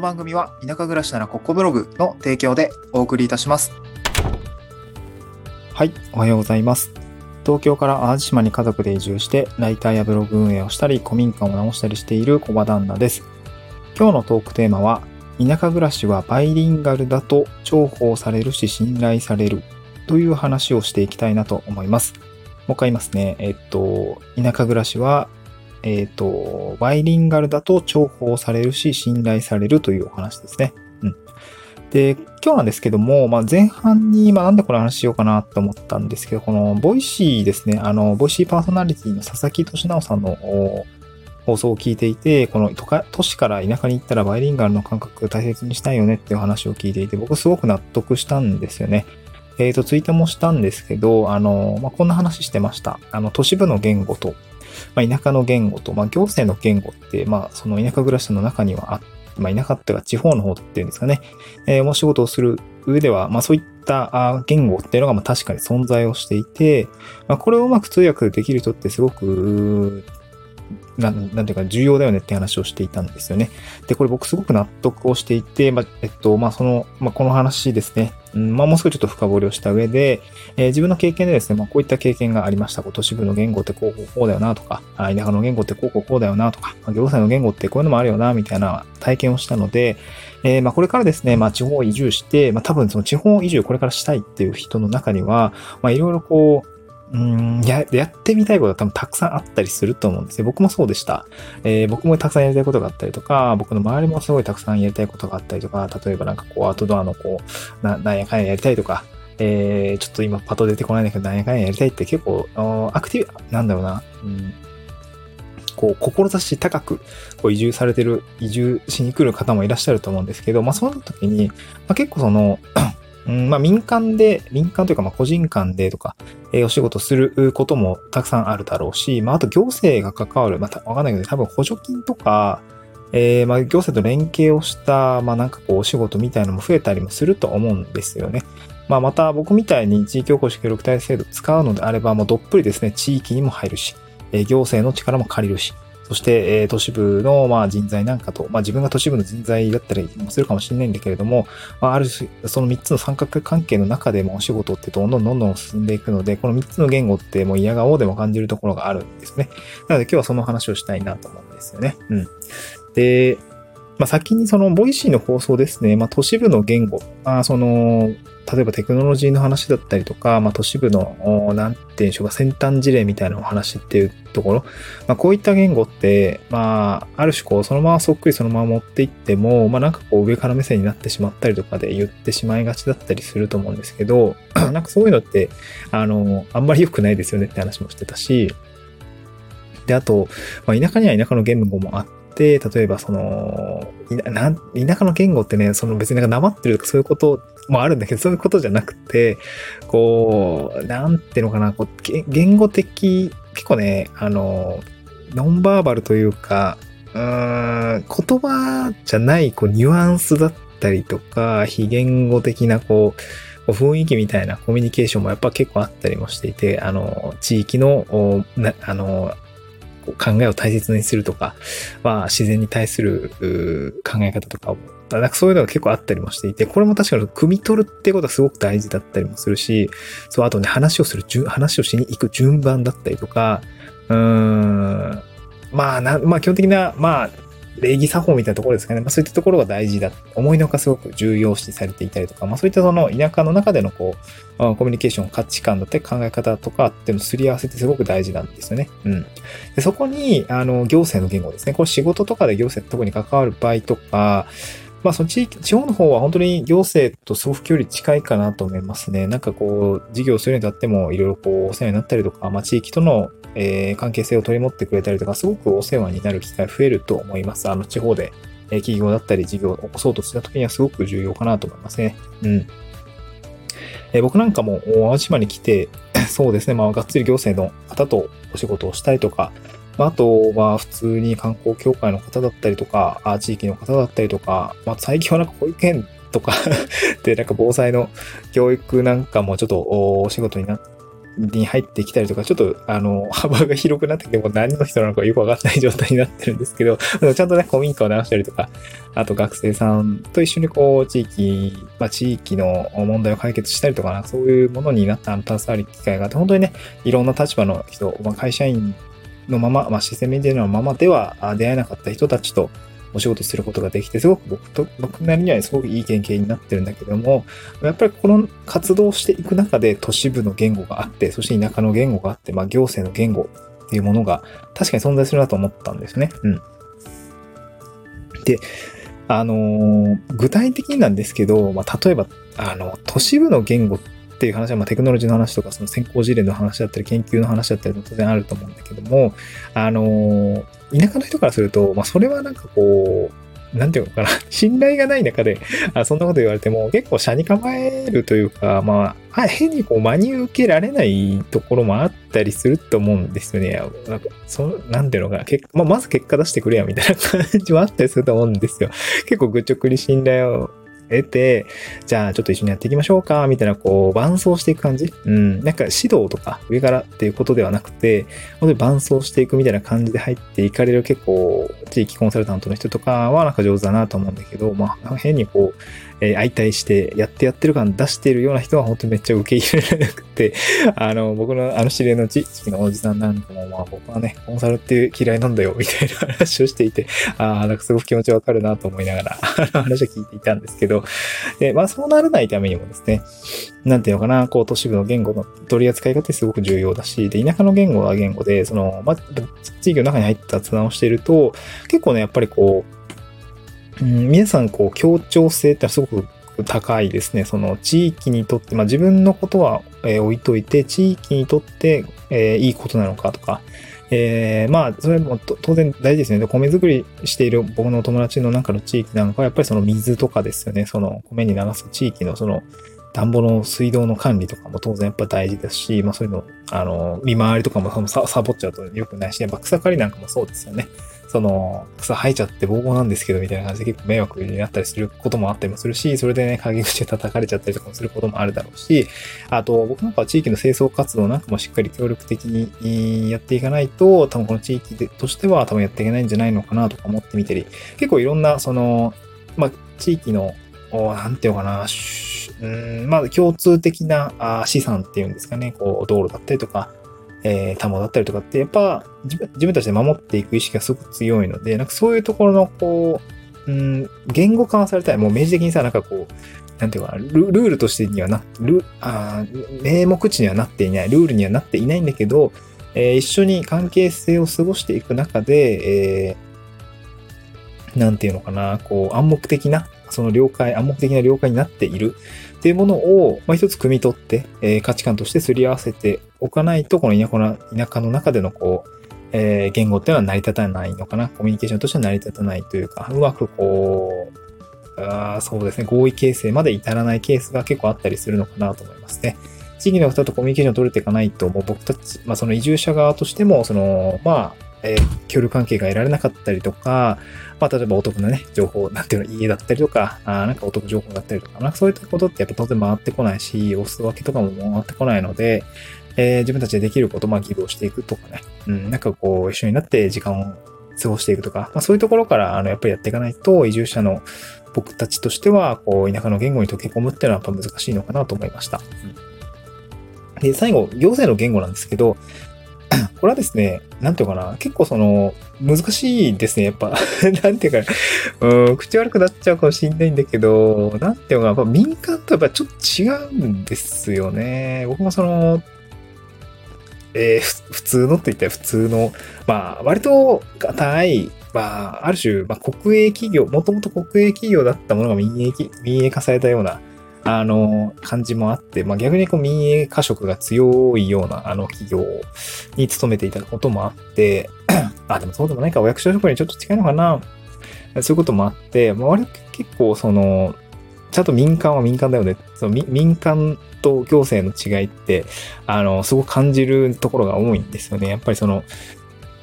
番組は田舎暮らしならここブログの提供でお送りいたします。はい、おはようございます。東京から淡路島に家族で移住してライターやブログ運営をしたり古民家を直したりしている小場旦那です。今日のトークテーマは田舎暮らしはバイリンガルだと重宝されるし信頼されるという話をしていきたいなと思います。もう一回言いますね。田舎暮らしはバイリンガルだと重宝されるし信頼されるというお話ですね。で、今日なんですけども、前半に、なんでこの話しようかなと思ったんですけど、このボイシーですね、ボイシーパーソナリティの佐々木俊直さんの放送を聞いていて、この都市から田舎に行ったらバイリンガルの感覚大切にしたいよねっていう話を聞いていて、僕すごく納得したんですよね。ツイートもしたんですけど、こんな話してました。都市部の言語と、田舎の言語と、行政の言語って、その田舎暮らしの中にはあって、田舎っていうか地方の方っていうんですかね、お仕事をする上では、そういった言語っていうのが確かに存在をしていて、これをうまく通訳できる人ってすごく、なんていうか重要だよねって話をしていたんですよね。で、これ僕すごく納得をしていて、この話ですね。もう少しちょっと深掘りをした上で、自分の経験でですね、こういった経験がありました。都市部の言語ってこうだよなとか、田舎の言語ってこうだよなとか、行政の言語ってこういうのもあるよなみたいな体験をしたので、これからですね、地方移住して、多分その地方移住これからしたいっていう人の中には、いろいろやってみたいことは多分たくさんあったりすると思うんですよ。僕もそうでした。僕もたくさんやりたいことがあったりとか、僕の周りもすごいたくさんやりたいことがあったりとか、例えばアウトドアのなんやかんややりたいとか、ちょっと今パッと出てこないんだけど、なんやかんややりたいって結構、アクティブ、志高く、移住しに来る方もいらっしゃると思うんですけど、その時に、結構民間というか個人間でとか、お仕事することもたくさんあるだろうし、あと行政が関わる、わかんないけど、多分補助金とか、行政と連携をした、お仕事みたいなのも増えたりもすると思うんですよね。また僕みたいに地域おこし協力隊制度使うのであれば、もうどっぷりですね、地域にも入るし、行政の力も借りるし、そして、都市部の、人材なんかと、自分が都市部の人材だったりもするかもしれないんだけれども、ある種、その3つの三角関係の中でもお仕事ってどんどん進んでいくので、この3つの言語ってもう嫌顔でも感じるところがあるんですね。なので今日はその話をしたいなと思うんですよね。で、先にそのボイシーの放送ですね、都市部の言語、例えばテクノロジーの話だったりとか、都市部の、なんていうんでしょうか、先端事例みたいなお話っていうところ、こういった言語って、ある種そのままそっくりそのまま持っていっても、上から目線になってしまったりとかで言ってしまいがちだったりすると思うんですけど、そういうのって、あんまり良くないですよねって話もしてたし、で、あと、田舎には田舎の言語もあって、例えば田舎の言語ってね、別になまってるとかそういうこともあるんだけど、そういうことじゃなくて、なんていうのかな、言語的、結構ね、ノンバーバルというか、言葉じゃない、ニュアンスだったりとか、非言語的な、雰囲気みたいなコミュニケーションもやっぱ結構あったりもしていて、地域の、考えを大切にするとか、自然に対する考え方とかを、そういうのが結構あったりもしていて、これも確かに汲み取るってことはすごく大事だったりもするし、あとね、話をしに行く順番だったりとか、基本的な、礼儀作法みたいなところですかね。そういったところが大事だ。思いのほかすごく重要視されていたりとか、そういった田舎の中でのコミュニケーション、価値観だったり考え方とかっていうのをすり合わせてすごく大事なんですよね。でそこに、行政の言語ですね。これ仕事とかで行政特に関わる場合とか、その地方の方は本当に行政とすごく距離近いかなと思いますね。事業するにあたってもいろいろお世話になったりとか、地域との関係性を取り持ってくれたりとか、すごくお世話になる機会増えると思います。地方で企業だったり事業を起こそうとした時にはすごく重要かなと思いますね。僕なんかも淡路島に来て、そうですね、がっつり行政の方とお仕事をしたりとか、あとは普通に観光協会の方だったりとか、地域の方だったりとか、最近は保育園とかで防災の教育なんかもちょっとお仕事になっに入ってきたりとか、ちょっと、幅が広くなってきて、もう何の人なのかよくわかんない状態になってるんですけど、ちゃんとね、古民家を直したりとか、あと学生さんと一緒にこう、地域の問題を解決したりとかな、そういうものになった携わる機会があって、本当にね、いろんな立場の人、会社員のまま、システムエンジニアのままでは出会えなかった人たちとお仕事することができて、すごく僕なりにはすごくいい経験になってるんだけども、やっぱりこの活動していく中で都市部の言語があって、そして田舎の言語があって、行政の言語っていうものが確かに存在するなと思ったんですね。で、具体的になんですけど、例えば、都市部の言語っていう話は、テクノロジーの話とか、その先行事例の話だったり、研究の話だったりも当然あると思うんだけども、田舎の人からすると、それはなんかこう、なんていうのかな、信頼がない中で、そんなこと言われても、結構斜に構えるというか、変にこう真に受けられないところもあったりすると思うんですよね。なんていうのかな、まず結果出してくれよみたいな感じもあったりすると思うんですよ。結構愚直に信頼を得て、じゃあちょっと一緒にやっていきましょうか、みたいなこう伴走していく感じ。なんか指導とか上からっていうことではなくて、本当に伴走していくみたいな感じで入っていかれる結構地域コンサルタントの人とかはなんか上手だなと思うんだけど、変にこう、相対してやってる感出しているような人は本当にめっちゃ受け入れられなくて、僕の知り合いの地域のおじさんなんかも、僕はね、コンサルって嫌いなんだよ、みたいな話をしていて、なんかすごく気持ちわかるなと思いながら話を聞いていたんですけど、で、そうならないためにもですね、なんていうのかな、こう、都市部の言語の取り扱い方ってすごく重要だし、で、田舎の言語は言語で、地域の中に入った雑談をしていると、結構ね、やっぱりこう、皆さん、こう、協調性ってすごく高いですね。その地域にとって、自分のことは、置いといて、地域にとって、いいことなのかとか、それも当然大事ですね。で、米作りしている僕の友達の中の地域なんかは、やっぱりその水とかですよね。その米に流す地域のその田んぼの水道の管理とかも当然やっぱ大事ですし、そういうの、見回りとかもサボっちゃうと良くないし、やっぱ草刈りなんかもそうですよね。その草生えちゃってボーボーなんですけどみたいな感じで結構迷惑になったりすることもあったりもするし、それでね、陰口で叩かれちゃったりとかもすることもあるだろうし、あと僕なんかは地域の清掃活動なんかもしっかり協力的にやっていかないと、多分この地域としては多分やっていけないんじゃないのかなとか思ってみたり、結構いろんなその、地域の、なんていうのかな、共通的な資産っていうんですかね、こう道路だったりとか、田んぼだったりとかって、やっぱ自分たちで守っていく意識がすごく強いので、なんかそういうところのこう、言語化されたい。もう明示的にさ、なんかこう、なんていうかな、ルールとしてには名目値にはなっていない、ルールにはなっていないんだけど、一緒に関係性を過ごしていく中で、なんていうのかな、こう、暗黙的な了解になっているっていうものを、一つ汲み取って、価値観としてすり合わせておかないと、この田舎の中でのこう、言語っていうのは成り立たないのかな。コミュニケーションとしては成り立たないというか、うまくこう、そうですね、合意形成まで至らないケースが結構あったりするのかなと思いますね。地域の方とコミュニケーションを取れていかないと、もう僕たち、その移住者側としても、協力関係が得られなかったりとか、例えばお得なね、情報、なんていうの、家だったりとか、なんかお得情報だったりとか、そういったことってやっぱ当然回ってこないし、お裾分けとかも回ってこないので、自分たちでできること、ギブをしていくとかね、なんかこう、一緒になって時間を過ごしていくとか、そういうところから、やっぱりやっていかないと、移住者の僕たちとしては、こう、田舎の言語に溶け込むっていうのはやっぱ難しいのかなと思いました。で、最後、行政の言語なんですけど、これはですね、なんていうかな、結構難しいですね、やっぱ。なんていうか、口悪くなっちゃうかもしれないんだけど、なんていうか、やっぱ民間とやっぱちょっと違うんですよね。僕も普通のって言ったら普通の、割と硬い、ある種、国営企業、もともと国営企業だったものが民営化されたような、感じもあって、逆に民営化色が強いような、企業に勤めていたこともあって、でもそうでもないか、お役所職にちょっと近いのかな。そういうこともあって、割と結構ちゃんと民間は民間だよね。民間と行政の違いって、すごく感じるところが多いんですよね。やっぱり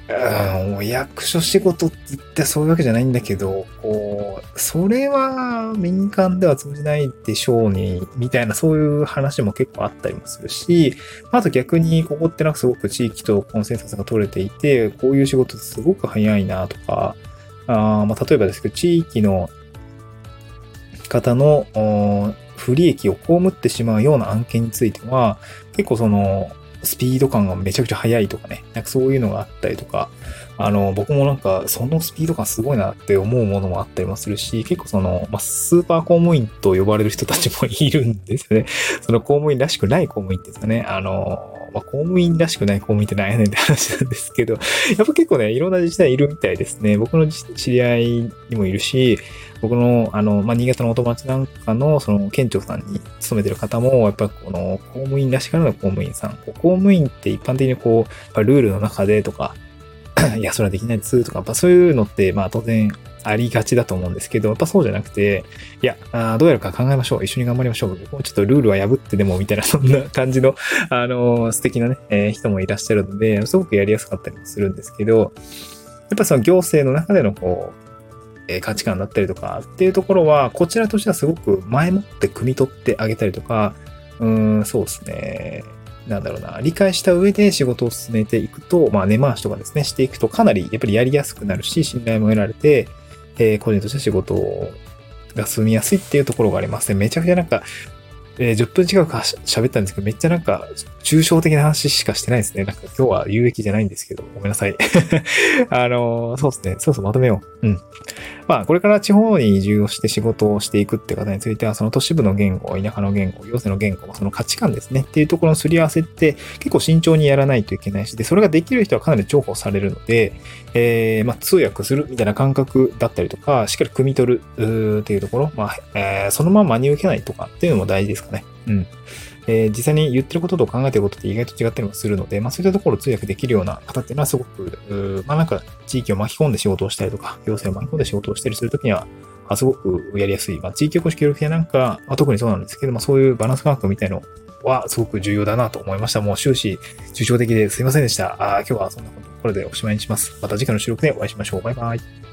お役所仕事って言ってそういうわけじゃないんだけど、それは民間では通じないでしょうに、みたいなそういう話も結構あったりもするし、あと逆にここってなんかすごく地域とコンセンサスが取れていて、こういう仕事ってすごく早いなとか、例えばですけど、地域の方の不利益を被ってしまうような案件については、結構スピード感がめちゃくちゃ速いとかね、なんかそういうのがあったりとか、僕もなんかそのスピード感すごいなって思うものもあったりもするし、結構スーパー公務員と呼ばれる人たちもいるんですよね。その公務員らしくない公務員ですかね。公務員らしくない公務員って何やねんって話なんですけど、やっぱ結構ね、いろんな自治体いるみたいですね。僕の知り合いにもいるし、僕の、新潟のお友達なんかの、県庁さんに勤めてる方も、やっぱ公務員らしからぬ公務員さん。公務員って一般的にやっぱルールの中でとか、いや、それはできないですとか、やっぱそういうのって、当然ありがちだと思うんですけど、やっぱそうじゃなくて、いや、どうやるか考えましょう。一緒に頑張りましょう。僕もちょっとルールは破ってでも、みたいな、そんな感じの、素敵なね、人もいらっしゃるので、すごくやりやすかったりもするんですけど、やっぱその行政の中での価値観だったりとかっていうところは、こちらとしてはすごく前もって汲み取ってあげたりとか、そうですね。なんだろうな、理解した上で仕事を進めていくと、根回しとかですね、していくとかなりやっぱりやりやすくなるし、信頼も得られて、個人として仕事が進みやすいっていうところがありますね。めちゃくちゃなんか、10分近く喋ったんですけど、めっちゃなんか、抽象的な話しかしてないですね。なんか今日は有益じゃないんですけど、ごめんなさい。そうですね。そうそうまとめよう。うん。これから地方に移住をして仕事をしていくって方については、その都市部の言語、田舎の言語、行政の言語、その価値観ですね。っていうところのすり合わせって結構慎重にやらないといけないし、で、それができる人はかなり重宝されるので、通訳するみたいな感覚だったりとか、しっかり汲み取るっていうところ、そのまま真に受けないとかっていうのも大事ですかね。うん。実際に言ってることと考えてることって意外と違ったりもするので、そういったところを通訳できるような方っていうのはすごく、なんか地域を巻き込んで仕事をしたりとか、行政を巻き込んで仕事をしたりするときには、すごくやりやすい。地域おこし協力隊なんかは特にそうなんですけど、そういうバランス感覚みたいのはすごく重要だなと思いました。もう終始抽象的ですいませんでした。今日はそんなところでおしまいにします。また次回の収録でお会いしましょう。バイバイ。